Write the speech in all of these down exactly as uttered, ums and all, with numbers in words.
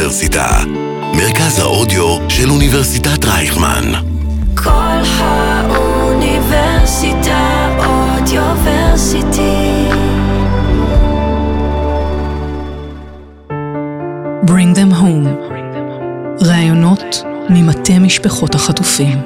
האוניברסיטה, מרכז האודיו של אוניברסיטת רייכמן. כל האוניברסיטה אודיוורסיטי. Bring them home. רעיונות ממטה משפחות החטופים.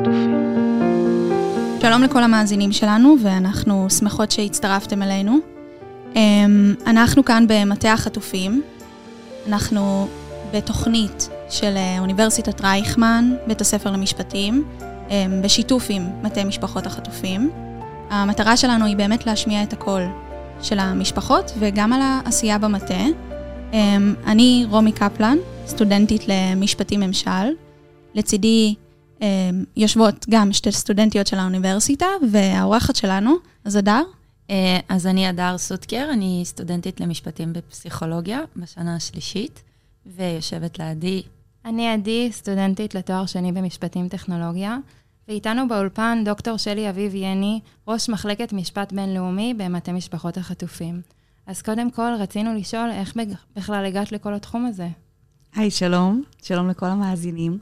שלום לכל המאזינים שלנו, ואנחנו שמחות שהצטרפתם אלינו. אנחנו כאן במטה החטופים. אנחנו בתוכנית של אוניברסיטת רייכמן, בית הספר למשפטים, בשיתוף עם מטה משפחות החטופים. המטרה שלנו היא באמת להשמיע את הקול של המשפחות וגם על העשייה במטה. אני רומי קפלן, סטודנטית למשפטים ממשל. לצידי יושבות גם שתי סטודנטיות של האוניברסיטה, והאורחת שלנו, אז אדר. אז אני אדר סוטקר, אני סטודנטית למשפטים בפסיכולוגיה בשנה השלישית, ויושבת לידי. אני עדי, סטודנטית לתואר שני במשפטים טכנולוגיה, ואיתנו באולפן דוקטור שלי אביב יני, ראש מחלקת משפט בינלאומי במטה משפחות החטופים. אז קודם כל רצינו לשאול איך בכלל הגעת לכל התחום הזה. היי, שלום. שלום לכל המאזינים.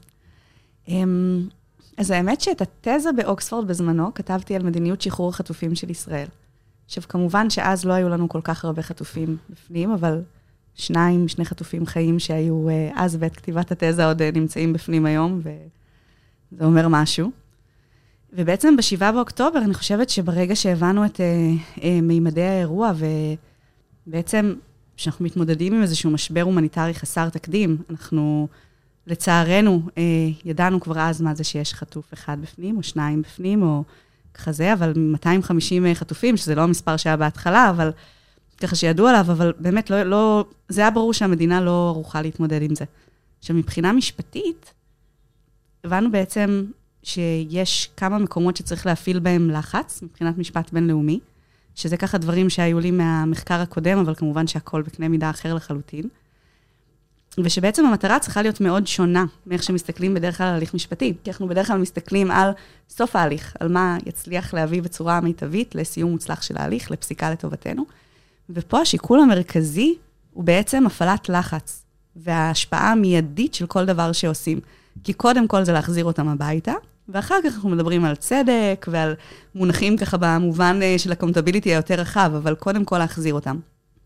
אז האמת שאת התזה באוקספורד בזמנו כתבתי על מדיניות שחרור החטופים של ישראל. עכשיו, כמובן שאז לא היו לנו כל כך הרבה חטופים בפנים, אבל שניים, שני חטופים חיים שהיו אז בעת כתיבת התזה עוד נמצאים בפנים היום, וזה אומר משהו. ובעצם בשבעה באוקטובר אני חושבת שברגע שהבנו את מימדי האירוע, ובעצם שאנחנו מתמודדים עם איזשהו משבר הומניטרי חסר תקדים, אנחנו לצערנו ידענו כבר אז מה זה שיש חטוף אחד בפנים, או שניים בפנים, או כזה, אבל מאתיים וחמישים חטופים, שזה לא המספר שהיה בהתחלה, אבל ככה שידעו עליו, אבל באמת לא, לא, זה היה ברור שהמדינה לא ערוכה להתמודד עם זה. עכשיו, מבחינה משפטית, הבנו בעצם שיש כמה מקומות שצריך להפעיל בהם לחץ, מבחינת משפט בינלאומי, שזה ככה דברים שהיו לי מהמחקר הקודם, אבל כמובן שהכל בקנה מידה אחר לחלוטין. ושבעצם המטרה צריכה להיות מאוד שונה מאיך שמסתכלים בדרך כלל על הליך משפטי, כי אנחנו בדרך כלל מסתכלים על סוף ההליך, על מה יצליח להביא בצורה מיטבית לסיום מוצלח של ההליך, לפסיקה לטובתנו. ופה השיקול המרכזי הוא בעצם הפעלת לחץ, וההשפעה המיידית של כל דבר שעושים. כי קודם כל זה להחזיר אותם הביתה, ואחר כך אנחנו מדברים על צדק ועל מונחים ככה במובן של accountability היותר רחב, אבל קודם כל להחזיר אותם.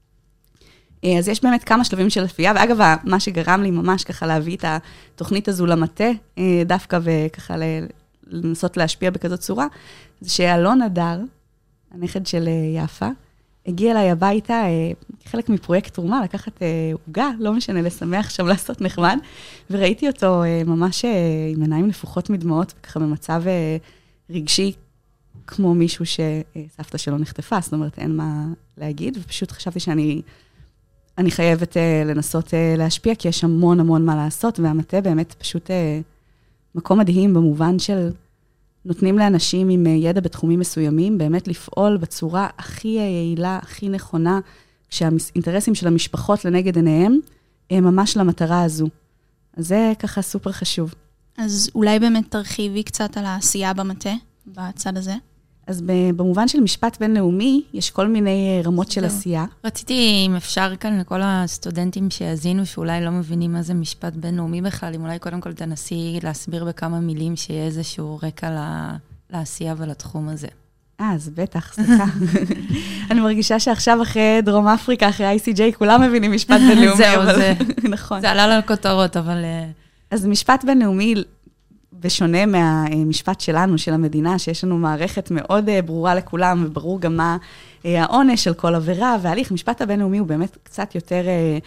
אז יש באמת כמה שלבים של עשייה, ואגב, מה שגרם לי ממש ככה להביא את התוכנית הזו למטה, דווקא וככה לנסות להשפיע בכזאת צורה, זה שאלון אדר, הנכד של יפה, הגיע אליי הביתה כחלק מפרויקט תרומה, לקחת עוגה, לא משנה, לשמח שם, לעשות נחמד, וראיתי אותו ממש עם עיניים נפוחות מדמעות, וככה במצב רגשי, כמו מישהו שסבתא שלו נחטפה, זאת אומרת, אין מה להגיד, ופשוט חשבתי שאני אני חייבת לנסות להשפיע, כי יש המון המון מה לעשות, והמטה באמת פשוט מקום מדהים במובן של נותנים לאנשים עם ידע בתחומים מסוימים, באמת לפעול בצורה הכי יעילה, הכי נכונה, כשהאינטרסים של המשפחות לנגד עיניהם, הם ממש למטרה הזו. אז זה ככה סופר חשוב. אז אולי באמת תרחיבי קצת על העשייה במטה, בצד הזה? אז במובן של משפט בינלאומי, יש כל מיני רמות של עשייה. רציתי, אם אפשר כאן לכל הסטודנטים שיאזינו, שאולי לא מבינים מה זה משפט בינלאומי בכלל, אם אולי קודם כל תנסי להסביר בכמה מילים שיהיה איזשהו רקע לעשייה ולתחום הזה. אה, אז בטח, סליחה. אני מרגישה שעכשיו אחרי דרום אפריקה, אחרי איי סי ג'יי, כולם מבינים משפט בינלאומי. זהו, זה. נכון. זה עלה לכותרות, אבל... אז משפט בינלאומי, בשונה מהמשפט שלנו, של המדינה, שיש לנו מערכת מאוד ברורה לכולם, וברור גם מה העונש של כל עבירה, וההליך, המשפט הבינלאומי הוא באמת קצת יותר,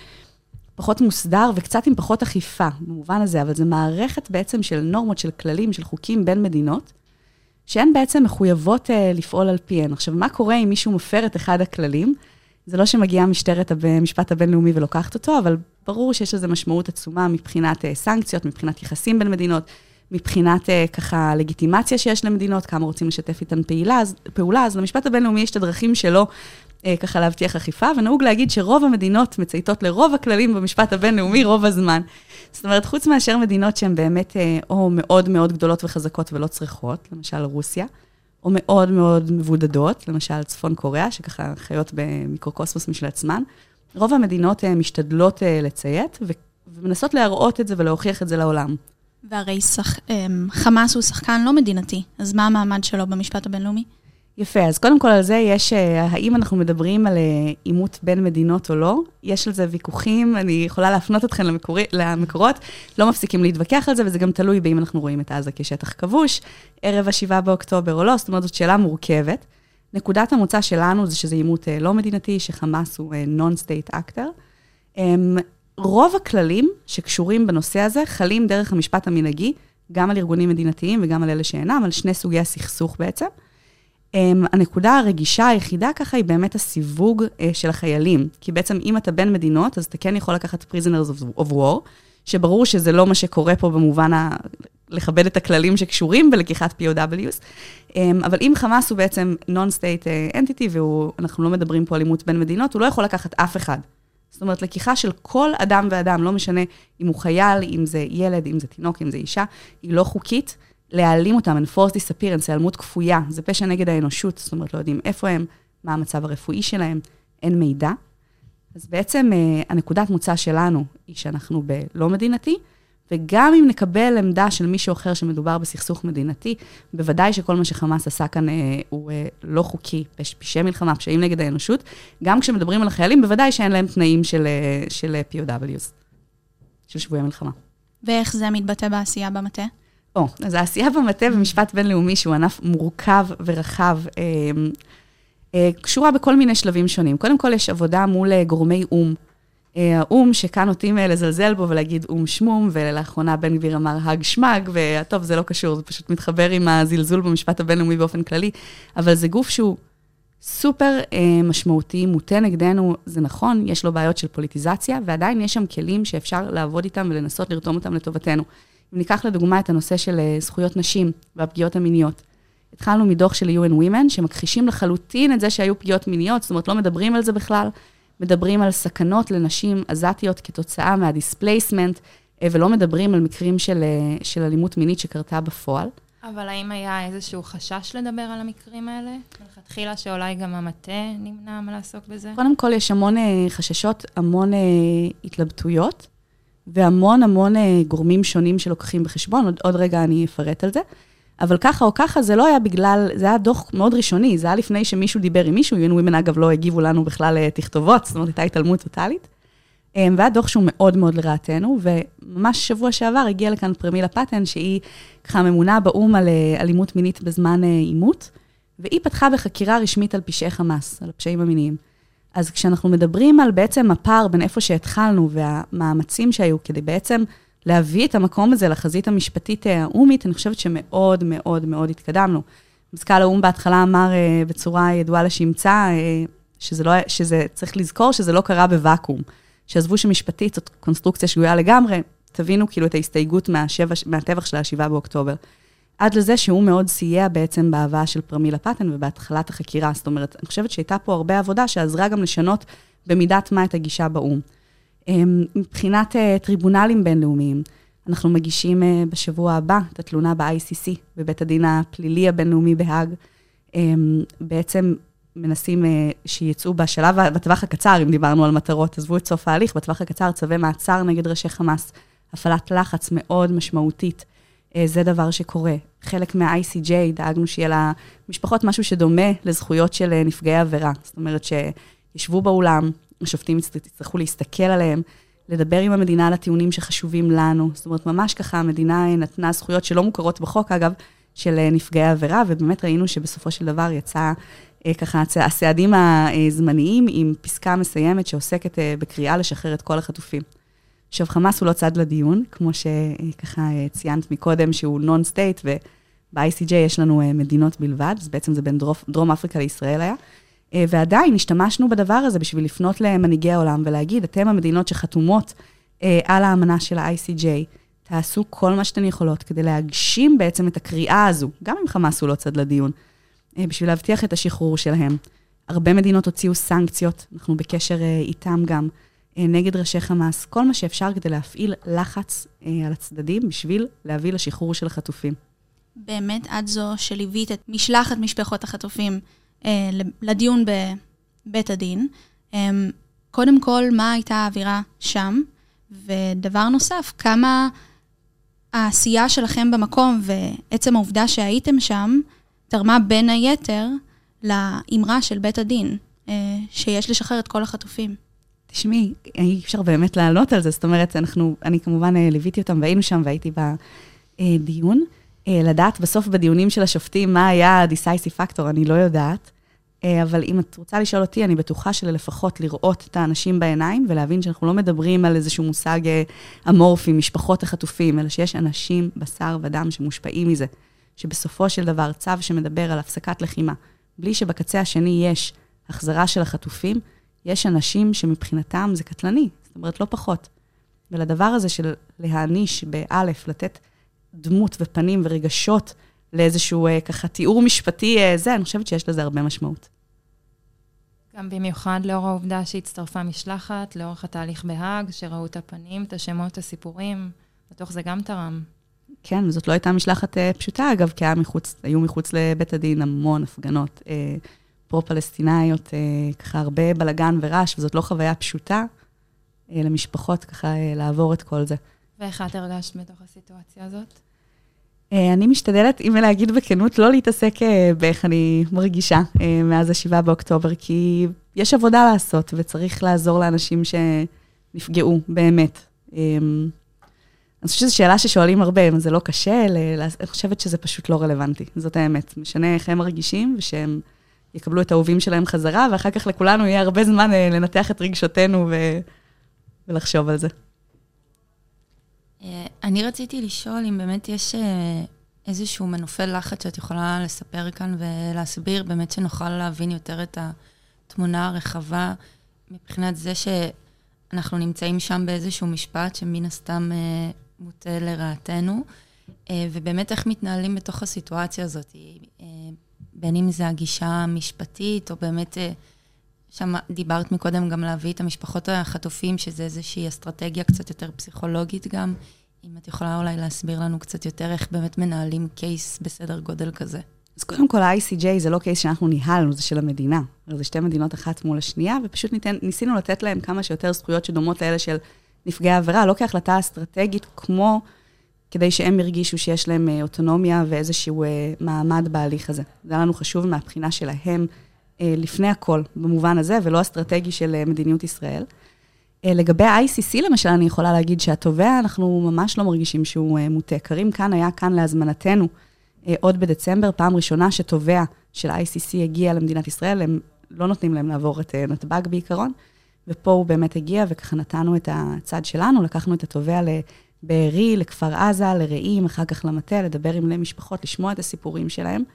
פחות מוסדר, וקצת עם פחות אכיפה, במובן הזה, אבל זה מערכת בעצם של נורמות, של כללים, של חוקים בין מדינות, שהן בעצם מחויבות לפעול על פיהן. עכשיו, מה קורה אם מישהו מפר את אחד הכללים? זה לא שמגיעה משטרת המשפט הבינלאומי ולוקחת אותו, אבל ברור שיש לזה משמעות עצומה מבחינת סנקציות, מבחינת יחסים בין מדינות, מבחינת ככה לגיטימציה שיש למדינות, כמה רוצים לשתף איתן פעילה, אז, פעולה, אז למשפט הבינלאומי יש את הדרכים שלו ככה להבטיח אכיפה, ונהוג להגיד שרוב המדינות מצייתות לרוב הכללים במשפט הבינלאומי רוב הזמן. זאת אומרת, חוץ מאשר מדינות שהן באמת או מאוד מאוד גדולות וחזקות ולא צריכות, למשל רוסיה, או מאוד מאוד מבודדות, למשל צפון קוריאה, שככה חיות במיקרוקוסמוס משל עצמן, רוב המדינות משתדלות לציית, ומנסות להראות את זה ולהוכיח את זה לעולם. והרי שח... חמאס הוא שחקן לא מדינתי, אז מה המעמד שלו במשפט הבינלאומי? יפה, אז קודם כל על זה יש, האם אנחנו מדברים על אימות בין מדינות או לא, יש על זה ויכוחים, אני יכולה להפנות אתכם למקור... למקורות, לא מפסיקים להתווכח על זה, וזה גם תלוי באם אנחנו רואים את עזה כשטח כבוש, ערב השבעה באוקטובר או לא, זאת אומרת, זאת שאלה מורכבת. נקודת המוצא שלנו זה שזה אימות לא מדינתי, שחמאס הוא non-state actor. רוב הכללים שקשורים בנושא הזה, חלים דרך המשפט המנהגי, גם על ארגונים מדינתיים וגם על אלה שאינם, על שני סוגי הסכסוך בעצם. הנקודה הרגישה היחידה ככה היא באמת הסיווג של החיילים, כי בעצם אם אתה בין מדינות, אז אתה כן יכול לקחת prisoners of war, שברור שזה לא מה שקורה פה במובן ה... לכבד את הכללים שקשורים בלקיחת פי או דאבליו אס, אבל אם חמאס הוא בעצם non-state entity, ואנחנו לא מדברים פה על אימות בין מדינות, הוא לא יכול לקחת אף אחד. זאת אומרת, לקיחה של כל אדם ואדם, לא משנה אם הוא חייל, אם זה ילד, אם זה תינוק, אם זה אישה, היא לא חוקית, להעלים אותם, enforced disappearance, העלמות כפויה, זה פשע נגד האנושות, זאת אומרת, לא יודעים איפה הם, מה המצב הרפואי שלהם, אין מידע. אז בעצם הנקודת מוצא שלנו היא שאנחנו בלא מדינתי, וגם אם נקבל עמדה של מישהו אחר שמדובר בסכסוך מדינתי, בוודאי שכל מה שחמאס עשה כאן הוא לא חוקי, פשעי מלחמה, פשעים נגד האנושות, גם כשמדברים על החיילים, בוודאי שאין להם תנאים של, של פי או דאבליו אס, של שבויי מלחמה. ואיך זה מתבטא בעשייה במטה? או, אז העשייה במטה במשפט בינלאומי, שהוא ענף מורכב ורחב, אה, אה, קשורה בכל מיני שלבים שונים. קודם כל, יש עבודה מול גורמי אום. אה, האום, שכאן נוטים לזלזל בו ולהגיד אום שמום, ולאחרונה בן גביר אמר הג שמג, וטוב, זה לא קשור, זה פשוט מתחבר עם הזלזול במשפט הבינלאומי באופן כללי, אבל זה גוף שהוא סופר אה, משמעותי, מוטה נגדנו, זה נכון, יש לו בעיות של פוליטיזציה, ועדיין יש שם כלים שאפשר לעבוד איתם ולנסות לרתום אותם לטובתנו. אם ניקח לדוגמה את הנושא של זכויות נשים והפגיעות המיניות. התחלנו מדוח של יו אן Women, שמכחישים לחלוטין את זה שהיו פגיעות מיניות, זאת אומרת, לא מדברים על זה בכלל, מדברים על סכנות לנשים עזתיות כתוצאה מהדיספלייסמנט, ולא מדברים על מקרים של, של אלימות מינית שקרתה בפועל. אבל האם היה איזשהו חשש לדבר על המקרים האלה? מלכתחילה שאולי גם המטה נמנע מלעסוק בזה? קודם כל, יש המון חששות, המון התלבטויות, והמון המון גורמים שונים שלוקחים בחשבון, עוד, עוד רגע אני אפרט על זה, אבל ככה או ככה זה לא היה בגלל, זה היה דוח מאוד ראשוני, זה היה לפני שמישהו דיבר עם מישהו, יו אן Women אגב לא הגיבו לנו בכלל תכתובות, זאת אומרת, הייתה התעלמות טוטלית, והיה דוח שהוא מאוד מאוד לרעתנו, וממש שבוע שעבר הגיע לכאן פרמילה פטן, שהיא ככה ממונה באום על אלימות מינית בזמן אימות, והיא פתחה בחקירה רשמית על פשעי חמאס, על הפשעים המיניים. אז כשאנחנו מדברים על בעצם הפער בין איפה שהתחלנו והמאמצים שהיו כדי בעצם להביא את המקום הזה לחזית המשפטית האומית, אני חושבת שמאוד מאוד מאוד התקדמנו. מזכ"ל האום בהתחלה אמר בצורה ידועה לשמצה, שזה, לא, שזה צריך לזכור שזה לא קרה בוואקום, שעזבו שמשפטית זאת קונסטרוקציה שגויה לגמרי, תבינו כאילו את ההסתייגות מהשבע, מהטבח של השבעה באוקטובר. עד לזה שהוא מאוד סייע בעצם בהבאה של פרמילה פטן ובהתחלת החקירה. זאת אומרת, אני חושבת שהייתה פה הרבה עבודה שעזרה גם לשנות במידת מה את הגישה באום. מבחינת טריבונלים בינלאומיים, אנחנו מגישים בשבוע הבא את התלונה ב-איי סי סי, בבית הדין הפלילי הבינלאומי בהאג. בעצם מנסים שיצאו בשלב, בטווח הקצר, אם דיברנו על מטרות, עזבו את סוף ההליך, בטווח הקצר צווי מעצר נגד ראשי חמאס, הפעלת לחץ מאוד משמעותית. זה דבר שקורה. חלק מה-איי סי ג'יי דאגנו שיהיה למשפחות משהו שדומה לזכויות של נפגעי עבירה. זאת אומרת שישבו באולם, השופטים יצטרכו להסתכל עליהם, לדבר עם המדינה על הטיעונים שחשובים לנו. זאת אומרת, ממש ככה המדינה נתנה זכויות שלא מוכרות בחוק, אגב, של נפגעי עבירה, ובאמת ראינו שבסופו של דבר יצא ככה הסעדים הזמניים עם פסקה מסיימת שעוסקת בקריאה לשחרר את כל החטופים. עכשיו, חמאס הוא לא צד לדיון, כמו שככה ציינת מקודם, שהוא נון-סטייט, וב-איי סי ג'יי יש לנו מדינות בלבד, אז בעצם זה בין דרום אפריקה לישראל היה, ועדיין השתמשנו בדבר הזה בשביל לפנות למנהיגי העולם, ולהגיד, אתם המדינות שחתומות על האמנה של ה-איי סי ג'יי, תעשו כל מה שאתן יכולות, כדי להגשים בעצם את הקריאה הזו, גם אם חמאס הוא לא צד לדיון, בשביל להבטיח את השחרור שלהם. הרבה מדינות הוציאו סנקציות, אנחנו בקשר איתם גם, נגד ראשי חמאס, כל מה שאפשר כדי להפעיל לחץ על הצדדים, בשביל להביא לשחרור של החטופים. באמת, עד זו שליווית את משלחת משפחות החטופים לדיון בבית הדין, קודם כל, מה הייתה האווירה שם, ודבר נוסף, כמה העשייה שלכם במקום ועצם העובדה שהייתם שם, תרמה בין היתר לאמרה של בית הדין, שיש לשחרר את כל החטופים. תשמעי, אי אפשר באמת לענות על זה, זאת אומרת, אנחנו, אני כמובן ליוויתי אותם והיינו שם והייתי בדיון, לדעת בסוף בדיונים של השופטים מה היה ה-decisive factor, אני לא יודעת, אבל אם את רוצה לשאול אותי, אני בטוחה שלפחות לראות את האנשים בעיניים, ולהבין שאנחנו לא מדברים על איזשהו מושג אמורפי, משפחות החטופים, אלא שיש אנשים בשר ודם שמושפעים מזה, שבסופו של דבר צו שמדבר על הפסקת לחימה, בלי שבקצה השני יש החזרה של החטופים, יש אנשים שמבחינתם זה קטלני, זאת אומרת לא פחות. ולדבר הזה של להעניש באלף, לתת דמות ופנים ורגשות לאיזשהו ככה תיאור משפטי זה, אני חושבת שיש לזה הרבה משמעות. גם במיוחד לאור העובדה שהצטרפה משלחת, לאורך התהליך בהאג, שראו את הפנים, את השמות, את הסיפורים, בתוך זה גם תרם. כן, וזאת לא הייתה משלחת פשוטה, אגב, כי היה מחוץ, היו מחוץ לבית הדין המון הפגנות פרו-פלסטינאיות, ככה הרבה בלגן ורעש, וזאת לא חוויה פשוטה למשפחות ככה לעבור את כל זה. ואיך את הרגשת בתוך הסיטואציה הזאת? אני משתדלת, אם להגיד בכנות, לא להתעסק באיך אני מרגישה מאז השבעה באוקטובר, כי יש עבודה לעשות, וצריך לעזור לאנשים שנפגעו, באמת. אני חושבת שזו שאלה ששואלים הרבה, אם זה לא קשה, אני חושבת שזה פשוט לא רלוונטי, זאת האמת. משנה איך הם מרגישים, ושהם יקבלו את האהובים שלהם חזרה, ואחר כך לכולנו יהיה הרבה זמן לנתח את רגשותינו ולחשוב על זה. אני רציתי לשאול אם באמת יש איזשהו מנופי לחץ שאת יכולה לספר כאן ולהסביר, באמת שנוכל להבין יותר את התמונה הרחבה, מבחינת זה שאנחנו נמצאים שם באיזשהו משפט שמן הסתם מוטה לרעתנו, ובאמת איך מתנהלים בתוך הסיטואציה הזאת, בין אם זה הגישה המשפטית, או באמת שם דיברת מקודם גם להביא את המשפחות החטופים, שזה איזושהי אסטרטגיה קצת יותר פסיכולוגית גם. אם את יכולה אולי להסביר לנו קצת יותר איך באמת מנהלים קייס בסדר גודל כזה. אז קודם כל, ה-איי סי ג'יי זה לא קייס שאנחנו ניהלנו, זה של המדינה. זה שתי מדינות אחת מול השנייה, ופשוט ניתן, ניסינו לתת להם כמה שיותר זכויות שדומות לאלה של נפגעי עבירה, לא כהחלטה אסטרטגית, כמו כדי שהם ירגישו שיש להם אוטונומיה ואיזשהו מעמד בהליך הזה. זה לנו חשוב מהבחינה שלהם, לפני הכל, במובן הזה, ולא אסטרטגי של מדיניות ישראל. לגבי ה-איי סי סי, למשל, אני יכולה להגיד שהתובע, אנחנו ממש לא מרגישים שהוא מוטה. קרים כאן היה כאן להזמנתנו, עוד בדצמבר, פעם ראשונה שתובע של ה-איי סי סי הגיע למדינת ישראל, הם לא נותנים להם לעבור את נתב"ג בעיקרון, ופה הוא באמת הגיע, וככה נתנו את הצד שלנו, לקחנו את התובע לבארי, לכפר עזה, לרעים, אחר כך למטה, לדבר עם משפחות, לשמוע את הסיפורים שלהם.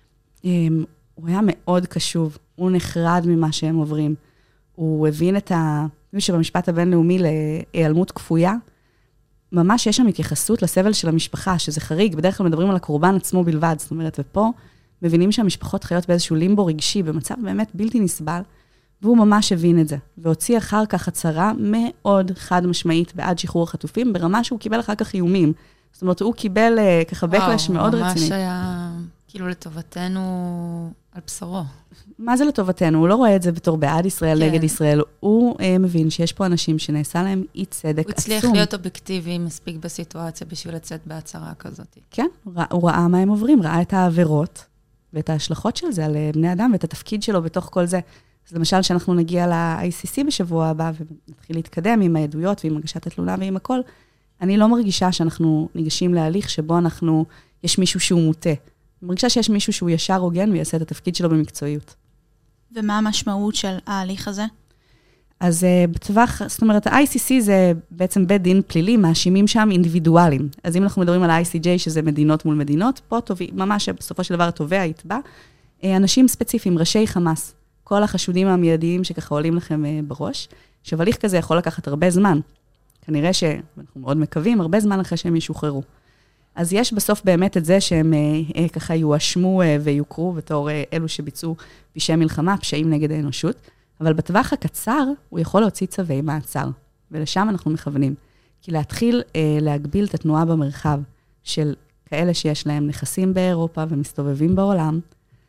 הוא היה מאוד קשוב, הוא נחרד ממה שהם עוברים. הוא הבין את ה... שבמשפט הבינלאומי להיעלמות כפויה, ממש יש שם התייחסות לסבל של המשפחה, שזה חריג, בדרך כלל מדברים על הקורבן עצמו בלבד, זאת אומרת, ופה מבינים שהמשפחות חיות באיזשהו לימבו רגשי, במצב באמת בלתי נסבל, והוא ממש הבין את זה, והוציא אחר כך הצהרה מאוד חד משמעית בעד שחרור החטופים, ברמה שהוא קיבל אחר כך איומים. זאת אומרת, הוא קיבל ככה בקלש מאוד רציני. וואו, ממש היה כאילו לטובתנו על בשרו. מה זה לטובתנו? הוא לא רואה את זה בתור בעד ישראל, כן. נגד ישראל. הוא אה, מבין שיש פה אנשים שנעשה להם אי צדק עצום. הוא הצליח להיות אובייקטיבי מספיק בסיטואציה בשביל לצאת בהצהרה כזאת. כן, הוא, הוא ראה מה הם עוברים, ראה את העבירות ואת ההשלכות של זה על בני אדם ואת התפקיד שלו בתוך כל זה. אז למשל, שאנחנו נגיע ל-איי סי סי בשבוע הבא ונתחיל להתקדם עם העדויות ועם הגשת התלונה ועם הכל, אני לא מרגישה שאנחנו ניגשים להליך שבו אנחנו, יש מישהו שהוא מוטה. אני מרגישה שיש מישהו שהוא ישר הוגן ויעשה את התפקיד שלו במקצועיות. ומה המשמעות של ההליך הזה? אז uh, בטווח, זאת אומרת, ה-איי סי סי זה בעצם בית דין פלילי, מאשימים שם אינדיבידואלים. אז אם אנחנו מדברים על ה-איי סי ג'יי, שזה מדינות מול מדינות, פה טוב, ממש בסופו של דבר התובע יתבע, uh, אנשים ספציפיים, ראשי חמאס, כל החשודים המיידיים שככה עולים לכם uh, בראש, שבהליך כזה יכול לקחת הרבה זמן. כנראה שאנחנו מאוד מקווים, הרבה זמן אחרי שהם ישוחררו. אז יש בסוף באמת את זה שהם אה, ככה יואשמו אה, ויוקרו בתור אה, אלו שביצעו פשעי מלחמה, פשעים נגד האנושות, אבל בטווח הקצר הוא יכול להוציא צווי מעצר, ולשם אנחנו מכוונים. כי להתחיל אה, להגביל את התנועה במרחב של כאלה שיש להם נכסים באירופה ומסתובבים בעולם,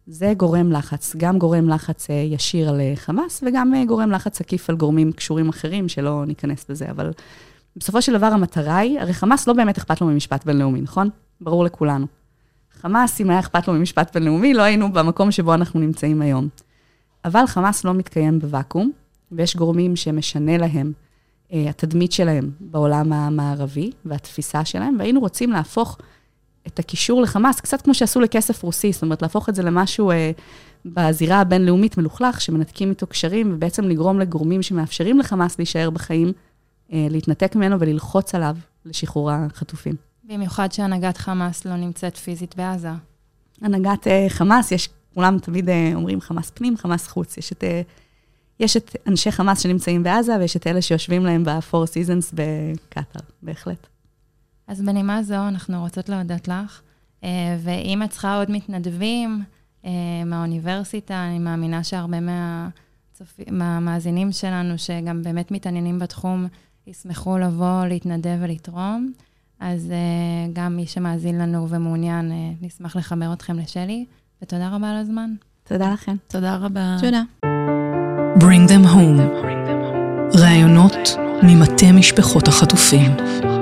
זה גורם לחץ, גם גורם לחץ ישיר על חמאס, וגם גורם לחץ עקיף על גורמים קשורים אחרים, שלא ניכנס בזה, אבל בסופו של דבר המטרה היא, הרי חמאס לא באמת אכפת לו ממשפט בינלאומי, נכון? ברור לכולנו. חמאס, אם היה אכפת לו ממשפט בינלאומי, לא היינו במקום שבו אנחנו נמצאים היום. אבל חמאס לא מתקיים בוואקום, ויש גורמים שמשנה להם, התדמית שלהם בעולם המערבי, והתפיסה שלהם, והיינו רוצים להפוך את הקישור לחמאס, קצת כמו שעשו לכסף רוסי, זאת אומרת, להפוך את זה למשהו אה, בזירה הבינלאומית מלוכלך, שמנתקים איתו קשרים, ובעצם לגרום לגורמים שמאפשרים לחמאס להישאר בחיים, אה, להתנתק ממנו וללחוץ עליו לשחרור החטופים. במיוחד שהנהגת חמאס לא נמצאת פיזית בעזה. הנהגת אה, חמאס, יש, כולם תמיד אה, אומרים חמאס פנים, חמאס חוץ. יש את, אה, יש את אנשי חמאס שנמצאים בעזה, ויש את אלה שיושבים להם ב-Four Seasons בקטר, בהחלט. אז בנימה זו אנחנו רוצות להודות לך, ואם את צריכה עוד מתנדבים מהאוניברסיטה, אני מאמינה שהרבה מהמאזינים שלנו, שגם באמת מתעניינים בתחום, ישמחו לבוא, להתנדב ולתרום, אז גם מי שמאזין לנו ומעוניין, נשמח לחבר אתכם לשלי, ותודה רבה על הזמן. תודה לכם. תודה רבה. תודה. Bring them home. רעיונות ממטה משפחות החטופים.